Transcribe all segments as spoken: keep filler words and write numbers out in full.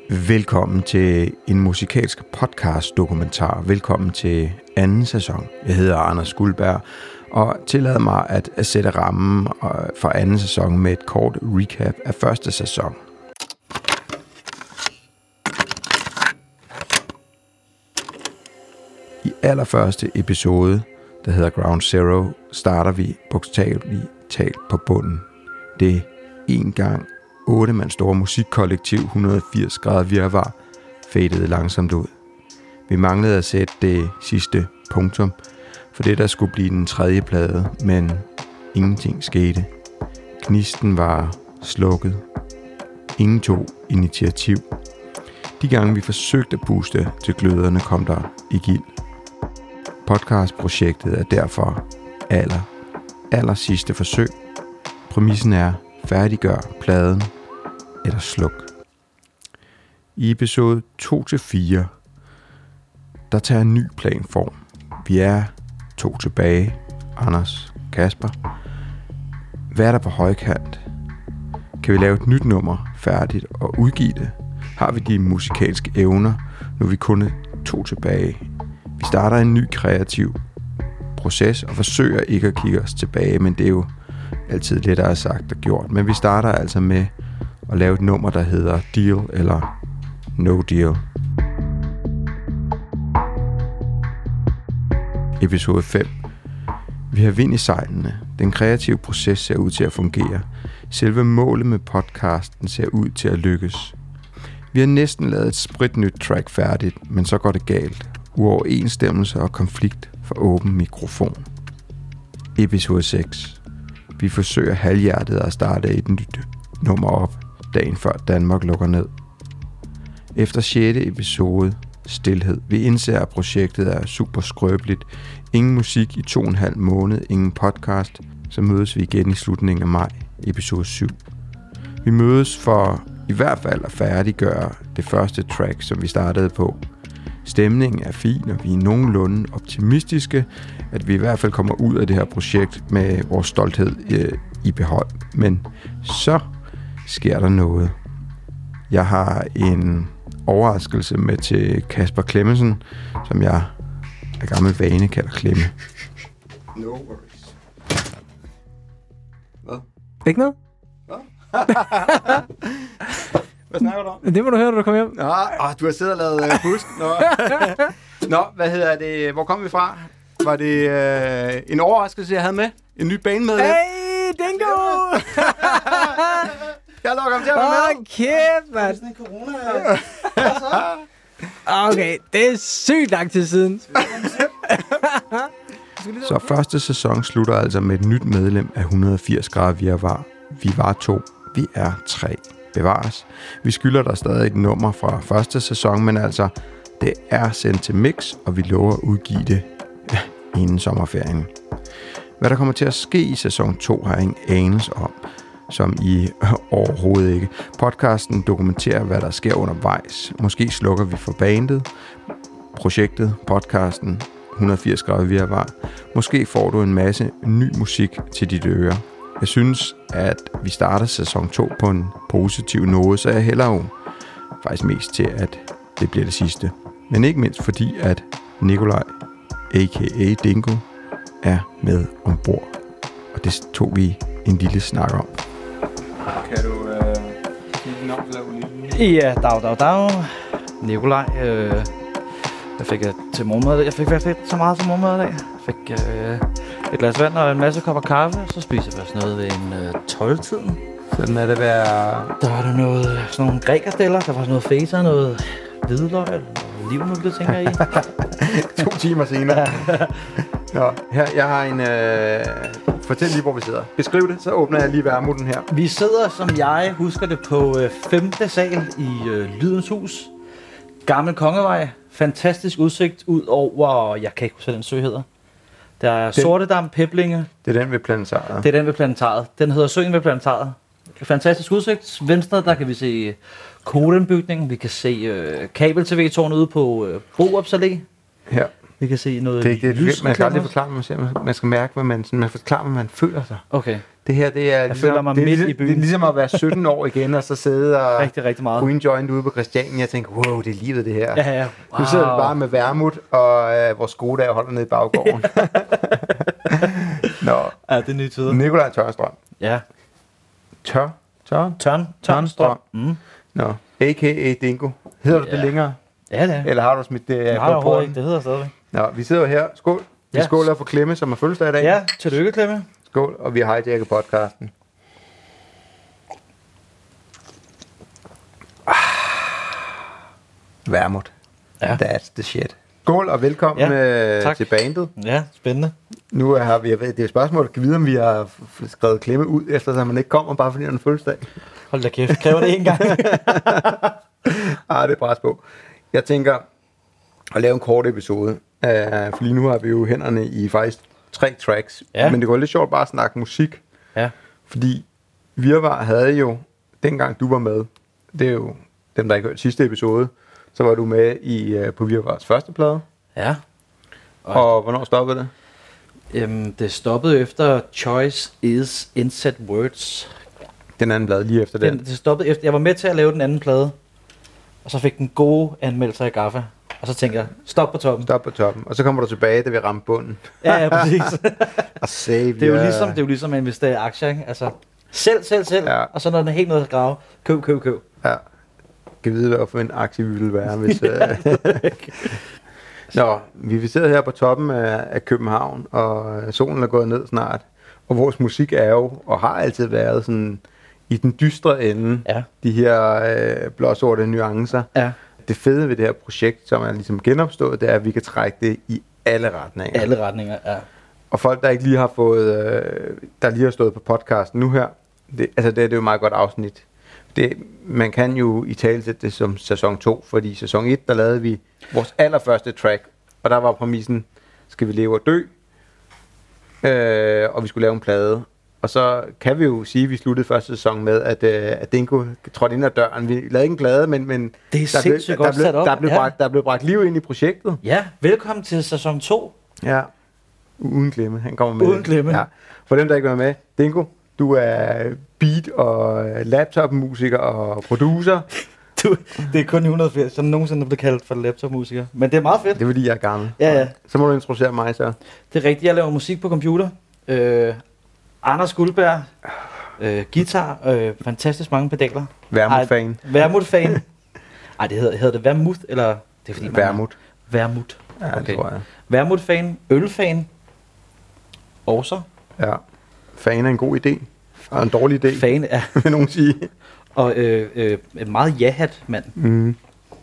Velkommen til en musikalsk podcast-dokumentar. Velkommen til anden sæson. Jeg hedder Anders Guldberg, og tillad mig at sætte rammen for anden sæson med et kort recap af første sæson. I allerførste episode, der hedder Ground Zero, starter vi bogstaveligt talt på bunden. Det en gang otte mand store musikkollektiv et hundrede og firs grader virvar fadede langsomt ud. Vi manglede at sætte det sidste punktum for det, der skulle blive den tredje plade, men ingenting skete. Gnisten var slukket. Ingen tog initiativ. De gange vi forsøgte at puste til gløderne, kom der i gild. Podcastprojektet er derfor aller, aller sidste forsøg. Præmissen er færdiggør pladen eller sluk. I episode to til fire, der tager en ny plan form. Vi er to tilbage. Anders, Kasper. Hvad er der på højkant? Kan vi lave et nyt nummer færdigt og udgive det? Har vi de musikalske evner, nu er vi kun to tilbage? Vi starter en ny kreativ proces og forsøger ikke at kigge os tilbage, men det er jo altid lettere sagt og gjort. Men vi starter altså med at lave et nummer, der hedder Deal eller No Deal. Episode fem. Vi har vind i sejlene. Den kreative proces ser ud til at fungere. Selve målet med podcasten ser ud til at lykkes. Vi har næsten lavet et spritnyt track færdigt, men så går det galt. Uoverensstemmelse og konflikt for åben mikrofon. Episode seks. Vi forsøger halvhjertet at starte et nyt nummer op, dagen før Danmark lukker ned. Efter sjette episode, stilhed. Vi indser, at projektet er super skrøbeligt. Ingen musik i to og en halv måned, ingen podcast. Så mødes vi igen i slutningen af maj, episode syv. Vi mødes for i hvert fald at færdiggøre det første track, som vi startede på. Stemningen er fin, og vi er nogenlunde optimistiske, at vi i hvert fald kommer ud af det her projekt med vores stolthed øh, i behold. Men så sker der noget. Jeg har en overraskelse med til Kasper Clemmensen, som jeg af gammel vane kalder Klemme. No worries. Hvad? Ikke noget? Hvad? Hvad snakker du om? Det må du høre, når du kommer hjem. Nå, åh, du har siddet og lavet uh, busk. Nå. Nå, hvad hedder det? Hvor kom vi fra? Var det uh, en overraskelse, jeg havde med? En ny banemedlem? Hey, Dingo! Jeg lukker ham til at være med. Åh, kæft, mand. Det er sådan en corona. Okay, det er sygt lang tid siden. Så første sæson slutter altså med et nyt medlem af et hundrede og firs grader virvar. Vi var to, vi er tre. Bevares. Vi skylder der stadig et nummer fra første sæson, men altså, det er sendt til mix, og vi lover at udgive det ja, inden sommerferien. Hvad der kommer til at ske i sæson to, har jeg ingen anelse om, som I øh, overhovedet ikke. Podcasten dokumenterer, hvad der sker undervejs. Måske slukker vi for bandet, projektet, podcasten, et hundrede og firs grader virvar. Måske får du en masse ny musik til dit øre. Jeg synes, at vi starter sæson to på en positiv note, så jeg hælder jo faktisk mest til, at det bliver det sidste. Men ikke mindst fordi, at Nikolaj, a k a. Dingo, er med ombord. Og det tog vi en lille snak om. Kan du øh, sige dit navn, så laver vi lige? Ja, dag, dag, dag. Nikolaj. Øh, jeg fik et til morgenmad. Jeg fik faktisk ikke så meget til morgenmad i dag. Jeg fik øh, et glas vand og en masse kopper kaffe. Så spiser jeg sådan noget ved en øh, tolv-tiden. Sådan er det være... Der var der noget, sådan nogle grækerdeller. Der var sådan noget feta, noget hvidløg, eller livnul, det tænker jeg i. to timer senere. Nå, her, jeg har en... Øh... Fortæl lige, hvor vi sidder. Beskriv det, så åbner jeg lige værmuten her. Vi sidder, som jeg husker det, på øh, femte sal i øh, Lydens Hus. Gammel Kongevej. Fantastisk udsigt ud over... Jeg kan ikke huske, hvad den sø hedder. Der er den, Sortedam, Peblinge. Det er den ved planetariet. Det er den ved planetariet. Den hedder Søen ved planetariet. Fantastisk udsigt. Venstre, der kan vi se Kodenbygningen. Vi kan se øh, kabel-tv-tårnet ude på øh, Borups Allé. Her. Vi kan se noget det, det, lys. Man skal aldrig forklare, hvad man ser. Man skal mærke, hvad man, man forklarer, hvad man føler sig. Okay. Det her, det er, ligesom, føler mig det er, midt ligesom, i byen. det er ligesom at være sytten år igen, og så sidde og Rigtig, rigtig meget. ryge en joint ude på Christiania. Jeg tænker, wow, det er livet det her. Ja, ja. Wow. Nu sidder vi bare med vermut, og øh, vores Skoda holder nede i baggården. Nå, Ja, det er nye tider. Nikolaj Tørstrøm. Ja. Tør? Tør? Tørn. Tørnstrøm. Mm. Nå, a k a. Dingo. Hedder du Ja. det længere? Ja, det er. Eller har du smidt det Nej, på overhovedet porten? ikke. Det hedder stadigvæk. Nå, vi sidder her. Skål. Vi Ja. skåler for Klemme, som har fødselsdag i dag. Ja, tillykke, Klemme. Skål, og vi har hijacket podcasten. Ah. Vermut. Ja. That's the shit. Skål og velkommen Ja, øh, tak. til bandet. Ja, spændende. Nu har vi, det er et spørgsmål, kan vide, om vi har f- skrevet Klemme ud, efter man ikke kommer, bare fordi han er fødselsdag. Hold da kæft. Kræver det en gang? Ah, det er pres på. Jeg tænker at lave en kort episode, uh, for lige nu har vi jo hænderne i faktisk tre tracks, Ja. men det går lidt sjovt bare at snakke musik, Ja. fordi Virvar havde jo, dengang du var med, det er jo dem, der ikke hørte sidste episode, så var du med i uh, på Virvars første plade, Ja. og, og hvornår stoppede det? Øhm, det stoppede efter Choice is Inset Words. Den anden plade lige efter den. Den, det stoppede efter. Jeg var med til at lave den anden plade. Og så fik den gode anmeldelser i Gaffa. Og så tænkte jeg, stop på toppen. Stop på toppen, og så kommer du tilbage, da vi ramte bunden. Ja, ja, præcis. Og save, Det er jo ligesom, det er jo ligesom at investere i aktier, ikke? Altså, selv, selv, selv. Ja. Og så når den er helt nede at grave, køb, køb, køb. Ja. Kan vide, hvad for en aktie vi ville være, hvis... øh... Nå, vi sidder her på toppen af, af København, og solen er gået ned snart. Og vores musik er jo, og har altid været sådan i den dystre ende. Ja. De her øh, blåsorte nuancer. Ja. Det fede ved det her projekt, som er ligesom genopstået, det er, at vi kan trække det i alle retninger. Alle retninger, ja. Og folk, der ikke lige har fået, øh, der lige har stået på podcasten nu her, det, altså det, det er jo et meget godt afsnit. Det, man kan jo i tale sætte det som sæson to, fordi i sæson et, der lavede vi vores allerførste track, og der var præmissen, skal vi leve og dø, øh, og vi skulle lave en plade. Og så kan vi jo sige, at vi sluttede første sæson med, at, øh, at Dingo trådte ind ad døren. Vi lavede ikke en plade, men, men Det er der, blev, sindssygt der, godt blev, sat op, der, blev ja. bragt, der blev bragt liv ind i projektet. Ja, velkommen til sæson to. Ja, uden Klemme. Han kommer med. Uden Klemme. Ja. For dem, der ikke var med, Dingo, du er beat- og laptop-musiker og producer. Du, det er kun i et hundrede og firs, som nogensinde er blevet kaldt for laptopmusiker. Men det er meget fedt. Det er fordi, jeg er gammel. Ja, ja. Så må du introducere mig så. Det er rigtigt, jeg laver musik på computer. Øh, Anders Guldberg, øh, guitar, øh, fantastisk mange pedaler. Vermut-fan. Vermut-fan. Ej, det hedder, hedder det Vermut, eller? Det er fordi, man Vermut. er- Vermut. Ja, det Okay. tror jeg. Vermut-fan, ølfan. Også. Ja. Fan er en god idé. Og en dårlig idé, Fan, ja. vil nogen sige. Og øh, øh, en meget ja-hat, mand. Mm.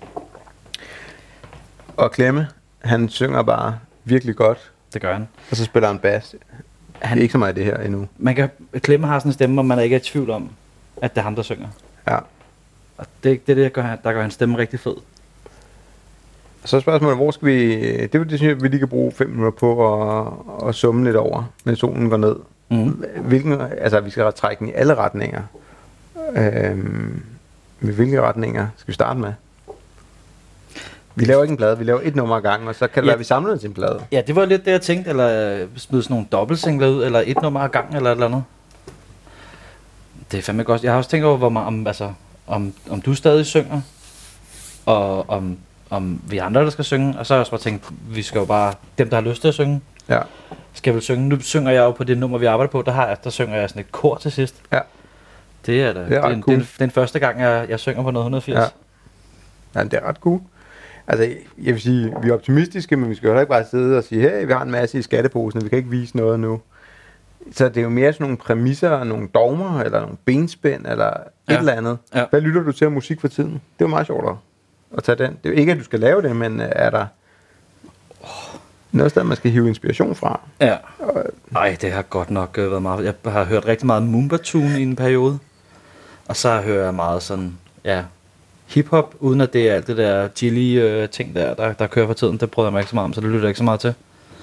Og Klemme, han synger bare virkelig godt. Det gør han. Og så spiller han bass. Han Han- er ikke så meget i det her endnu. Man kan, Klemme har sådan en stemme, og man er ikke i tvivl om, at det er ham, der synger. Ja. Og det, det er det, der gør, han- der gør hans stemme rigtig fed. Så er spørgsmålet, hvor skal vi... Det, det synes jeg, vi lige kan bruge fem minutter på at, at summe lidt over, mens solen går ned. Mm. Hvilken, altså, vi skal trække den i alle retninger. Øhm, med hvilke retninger skal vi starte med? Vi laver ikke en plade, vi laver et nummer ad gangen, og så kan det Ja. være, at vi samler den til en plade. Ja, det var lidt det, jeg tænkte. Eller øh, smide sådan nogle dobbeltsingler ud, eller et nummer ad gangen, eller et eller andet. Det er fandme godt. Jeg har også tænkt over, hvor meget, om, altså, om, om du stadig synger, og om, om vi andre, der skal synge. Og så har jeg også bare tænkt, vi skal jo bare, dem der har lyst til at synge, Ja. skal vel synge. Nu synger jeg jo på det nummer, vi arbejder på, der, har jeg, der synger jeg sådan et kor til sidst. Ja. Det er da, det er, ret en, cool. det er den første gang, jeg, jeg synger på noget et hundrede og firs. Ja. Ja, det er ret cool. Altså, jeg vil sige, vi er optimistiske, men vi skal jo heller ikke bare sidde og sige, hey, vi har en masse i skatteposen, vi kan ikke vise noget nu. Så det er jo mere sådan nogle præmisser, nogle dogmer, eller nogle benspænd, eller ja. Ja. et eller andet. Ja. Hvad lytter du til af musik for tiden? Det er jo meget sjovt at tage den. Det er jo ikke, at du skal lave det, men er der noget sted, man skal hive inspiration fra? Ja. Ej, det har godt nok øh, været meget. Jeg har hørt rigtig meget Moomba-tune i en periode. Og så hører jeg meget sådan, ja, hip-hop, uden at det er alt det der chili øh, ting der, der, der kører for tiden. Det prøver jeg mig ikke så meget om, så det lytter jeg ikke så meget til.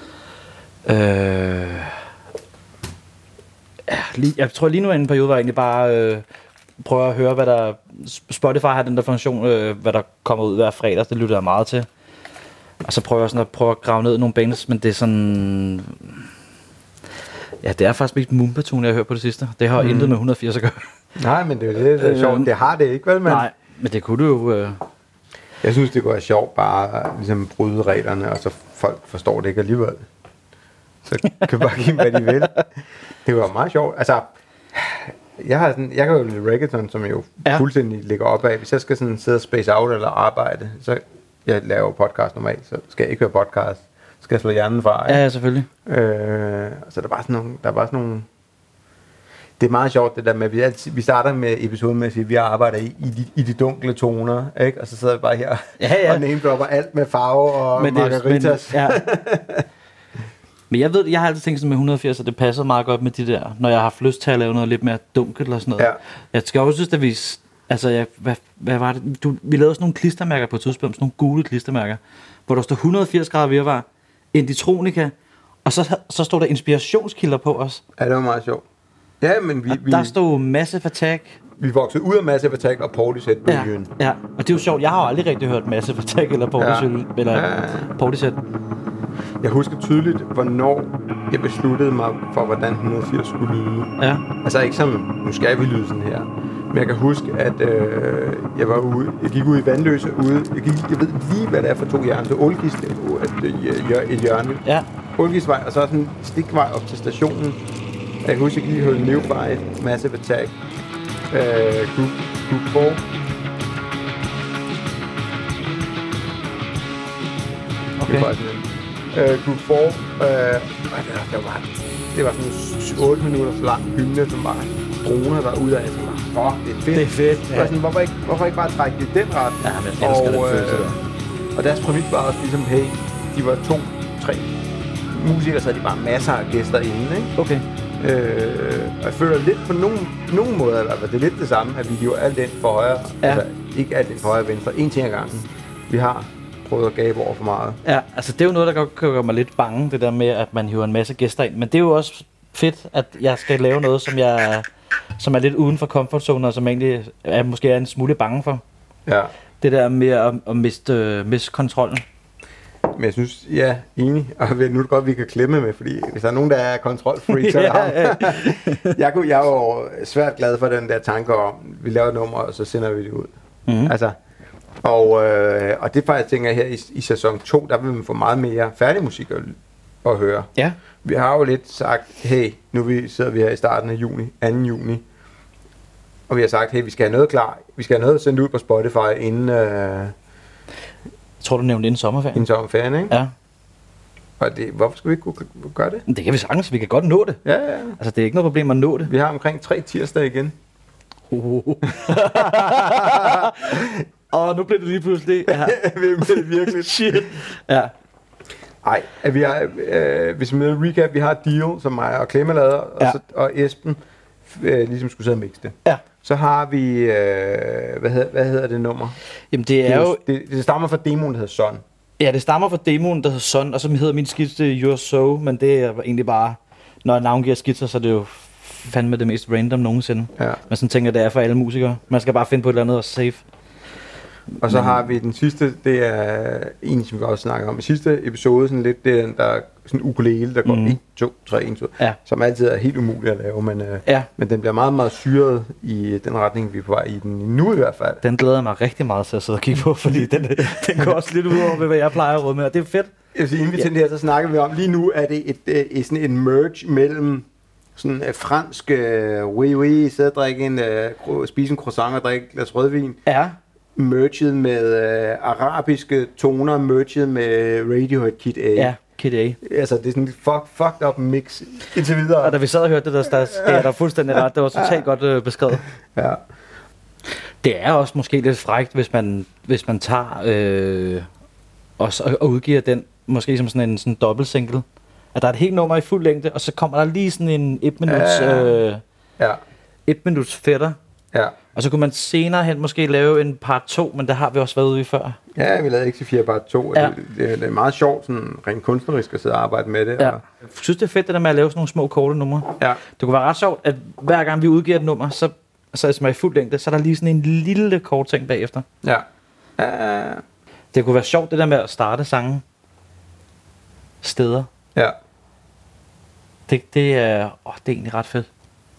Øh, ja, lige, jeg tror lige nu i en periode var jeg egentlig bare øh, prøve at høre, hvad der... Spotify har den der funktion, øh, hvad der kommer ud hver fredag, det lytter jeg meget til. Og så prøver jeg sådan at prøve at grave ned i nogle bands, men det er sådan... Ja, det er faktisk mest Moonpatone, jeg har hørt på det sidste. Det har mm. intet med et hundrede og firs at gøre. Nej, men det er jo det, der er sjovt. Det har det ikke, vel? Men Nej, men det kunne du jo... Øh... jeg synes, det kunne være sjovt bare at ligesom bryde reglerne, og så folk forstår det ikke alligevel. Så kan bare give dem, hvad de vil. Det var meget sjovt. Altså, jeg, har sådan, jeg kan jo lide reggaeton, som jo ja. fuldstændig ligger op af. Hvis jeg skal sådan sidde og space out eller arbejde, så jeg laver podcast normalt, så skal jeg ikke høre podcast. Så skal jeg slå hjernen fra. Ja, ja, selvfølgelig. Øh, så der er bare sådan nogle... Der er bare sådan nogle det er meget sjovt det der med, at vi, altid, vi starter med episoden med at sige, at vi arbejder i, i, de, i de dunkle toner, ikke? Og så sidder vi bare her ja, ja. og name-dropper alt med farve og men margaritas. Det, men, ja. Men jeg ved, jeg har altid tænkt sådan med et hundrede og firs, at det passer meget godt med de der, når jeg har haft lyst til at lave noget lidt mere dunkelt eller sådan noget. Ja. Jeg skal også synes, at vi, altså, jeg, hvad, hvad var det? Du, vi lavede sådan nogle klistermærker på et tidspunkt, sådan nogle gule klistermærker, hvor der stod et hundrede og firs grader virvar, Inditronica, og så, så stod der inspirationskilder på os. Ja, det var meget sjovt. Ja, men vi, vi der stod Massive Attack. Vi voksede ud af Massive Attack og Portishead-bølgen. Ja, ja, og det er jo sjovt. Jeg har jo aldrig rigtig hørt Massive Attack eller Portishead. Ja. Eller ja. Portishead. Jeg husker tydeligt, hvornår jeg besluttede mig for, hvordan et hundrede og firs skulle lyde. Ja. Altså ikke som, nu skal vi lyde sådan her. Men jeg kan huske, at øh, jeg var ude, jeg gik ud i Vandløse ude. Jeg, gik, jeg ved lige, hvad det er for to hjørner. Så Ålkist, et hjørne. Ja. Ålkistvej, og så sådan en stikvej op til stationen. Jeg kan huske, at jeg lige hørte Neophyte, Massive Attack, øh, Group, Group fire. Okay. Øh, Group fire, øh, og det, det, var, det var sådan otte minutters lang hymne, som bare droner derude af. Jeg tænkte, fuck, det er fedt. Det er fedt, ja. Sådan, hvorfor, ikke, hvorfor ikke bare trække det i den ret? Ja, men jeg elsker og, den følelse der. Og deres præmis var også ligesom, hey, de var to, tre musikere, så havde de bare masser af gæster inde, ikke? Okay. Øh, og jeg føler lidt på nogen, nogen måder, at det er lidt det samme, at vi giver alt ind for højre, ja. Altså ikke alt ind for højre og venstre, en ting ad gangen. Vi har prøvet at gabe over for meget. Ja, altså det er jo noget, der godt kan gøre mig lidt bange, det der med, at man hiver en masse gæster ind, men det er jo også fedt, at jeg skal lave noget, som jeg som er lidt uden for comfort zone, og som egentlig er, måske er en smule bange for. Ja. Det der med at, at miste, miste kontrollen. Men jeg synes, ja, enig. Og nu er det godt, at vi kan klemme med, fordi hvis der er nogen, der er kontrolfreak, så er det ham. jeg, kunne, jeg var jo svært glad for den der tanke om, vi laver et nummer, og så sender vi det ud. Mm-hmm. Altså, og, øh, og det faktisk tænker jeg her i, i sæson to, der vil man få meget mere færdig musik at, at høre. Ja. Vi har jo lidt sagt, hey, nu vi, sidder vi her i starten af juni, anden juni, og vi har sagt, hey, vi skal have noget klar, vi skal have noget sendt ud på Spotify inden... Øh, Jeg tror, du nævnte inden sommerferien. Inden sommerferien, ikke? Ja. Og det, hvorfor skal vi ikke kunne gøre det? Det kan vi sagtens, vi kan godt nå det. Ja, ja. Altså, det er ikke noget problem at nå det. Vi har omkring tre tirsdage igen. Åh, oh, nu blev det lige pludselig. Ja. Det er virkelig. Shit. Ja. Ej, vi har, øh, hvis vi med recap, vi har Deal, som mig og Klemme lavede, og, ja. så, og Esben øh, ligesom skulle sidde og mixe det. Ja. Så har vi, øh, hvad, hedder, hvad hedder det nummer? Jamen det er, det er jo... Det, det stammer fra demoen, der hedder Sun. Ja, det stammer fra demoen, der hedder Sun, og så hedder min skitse You're So, men det er egentlig bare, når jeg navngiver skitser, så er det jo fandme det mest random nogensinde. Ja. Men sådan tænker det er for alle musikere. Man skal bare finde på et eller andet og save. Og så men... har vi den sidste, det er en, som vi også snakker om i sidste episode, sådan lidt, det er den der sådan en ukulele, der går mm. en, to, tre, en, to, ja. Som altid er helt umuligt at lave, men, øh, ja. Men den bliver meget, meget syret i den retning, vi er på vej i den nu i hvert fald. Den glæder jeg mig rigtig meget til at sidde og kigge på, fordi den, den går også lidt ud over, hvad jeg plejer at råde med, og det er fedt. Jeg vil sige, inden vi til det her, så snakker vi om, lige nu er det et, et, et, sådan en merge mellem sådan en fransk, øh, oui oui, sidde og drikke en, øh, spise en croissant og drikke et glas rødvin. Ja. Merged med øh, arabiske toner, merged med Radiohead Kid A. Ja, Kid A. Altså, det er sådan en fuck, fucked up mix indtil videre. Og da vi sad og hørte det, der, der, der er der fuldstændig ret. Det var totalt godt øh, beskrevet. Ja. Det er også måske lidt frækt, hvis man, hvis man tager øh, og, og udgiver den, måske som sådan en sådan dobbelt single. At der er et helt nummer i fuld længde, og så kommer der lige sådan en et minuts, øh, ja. et minuts fætter. Ja. Og så kunne man senere hen måske lave en part to, men det har vi også været ude i før. Ja, vi lavede X fire part to, ja. det, det, det er meget sjovt, sådan rent kunstnerisk at sidde og arbejde med det. Ja. Og... Jeg synes, det er fedt, det der med at lave sådan nogle små, korte numre. Ja. Det kunne være ret sjovt, at hver gang vi udgiver et nummer, så, så er det i fuld længde, så er der lige sådan en lille kort ting bagefter. Ja. Ja. Det kunne være sjovt, det der med at starte sange steder. Ja. Det, det, er, åh, det er egentlig ret fedt.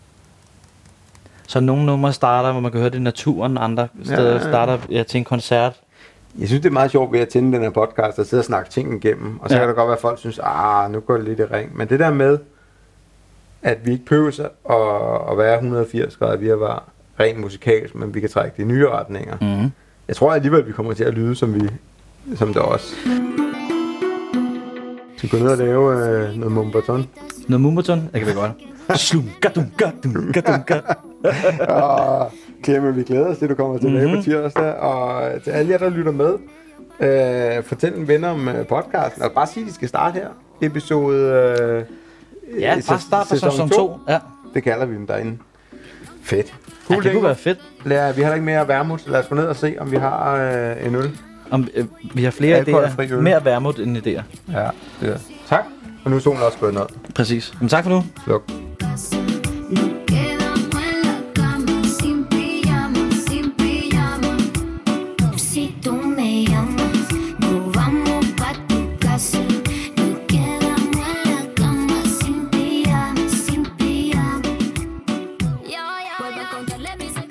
Så nogle numre starter, hvor man kan høre det i naturen, andre steder Ja, ja, ja. starter ja, til en koncert. Jeg synes, det er meget sjovt ved at tænde den her podcast og sidde og snakke ting igennem. Og så Ja. ja. kan det godt være, at folk synes, ah, nu går det lidt i ring. Men det der med, at vi ikke behøver sig at, at være et hundrede og firs grader, vi var rent musikalsk, men vi kan trække det i nye retninger. Mm-hmm. Jeg tror alligevel, vi kommer til at lyde, som, vi, som det også. Så gå ned og lave øh, noget mumbaton. Noget mumbaton, det kan vi godt. Slunga, dunga, dunga, dunga. Og Clemmen, vi glæder os til, at du kommer tilbage Mhm. på tirsdag. Og til alle jer, der lytter med, øh, fortæl en ven om øh, podcasten. Og bare sig, at de skal starte her. Episode... Øh, Ja, øh, bare start på sæson sæson to. to. Ja. Det kalder vi dem derinde. Fedt. Ja, det kunne være fedt. Lad, vi har ikke mere vermut. Lad os gå ned og se, om vi har øh, en øl. Om, øh, vi har flere Alkoholfri idéer. øl. Mere vermut end idéer. Ja, det er. Tak. Og nu er solen også gået ned. Præcis. Men tak for nu. Sluk. Nos quedamos en la cama sin pijama, sin pijama. Si tú me llamas, nos vamos pa tu casa. Nos quedamos en la cama sin pijama, sin pijama. Vuelvo a contarle mis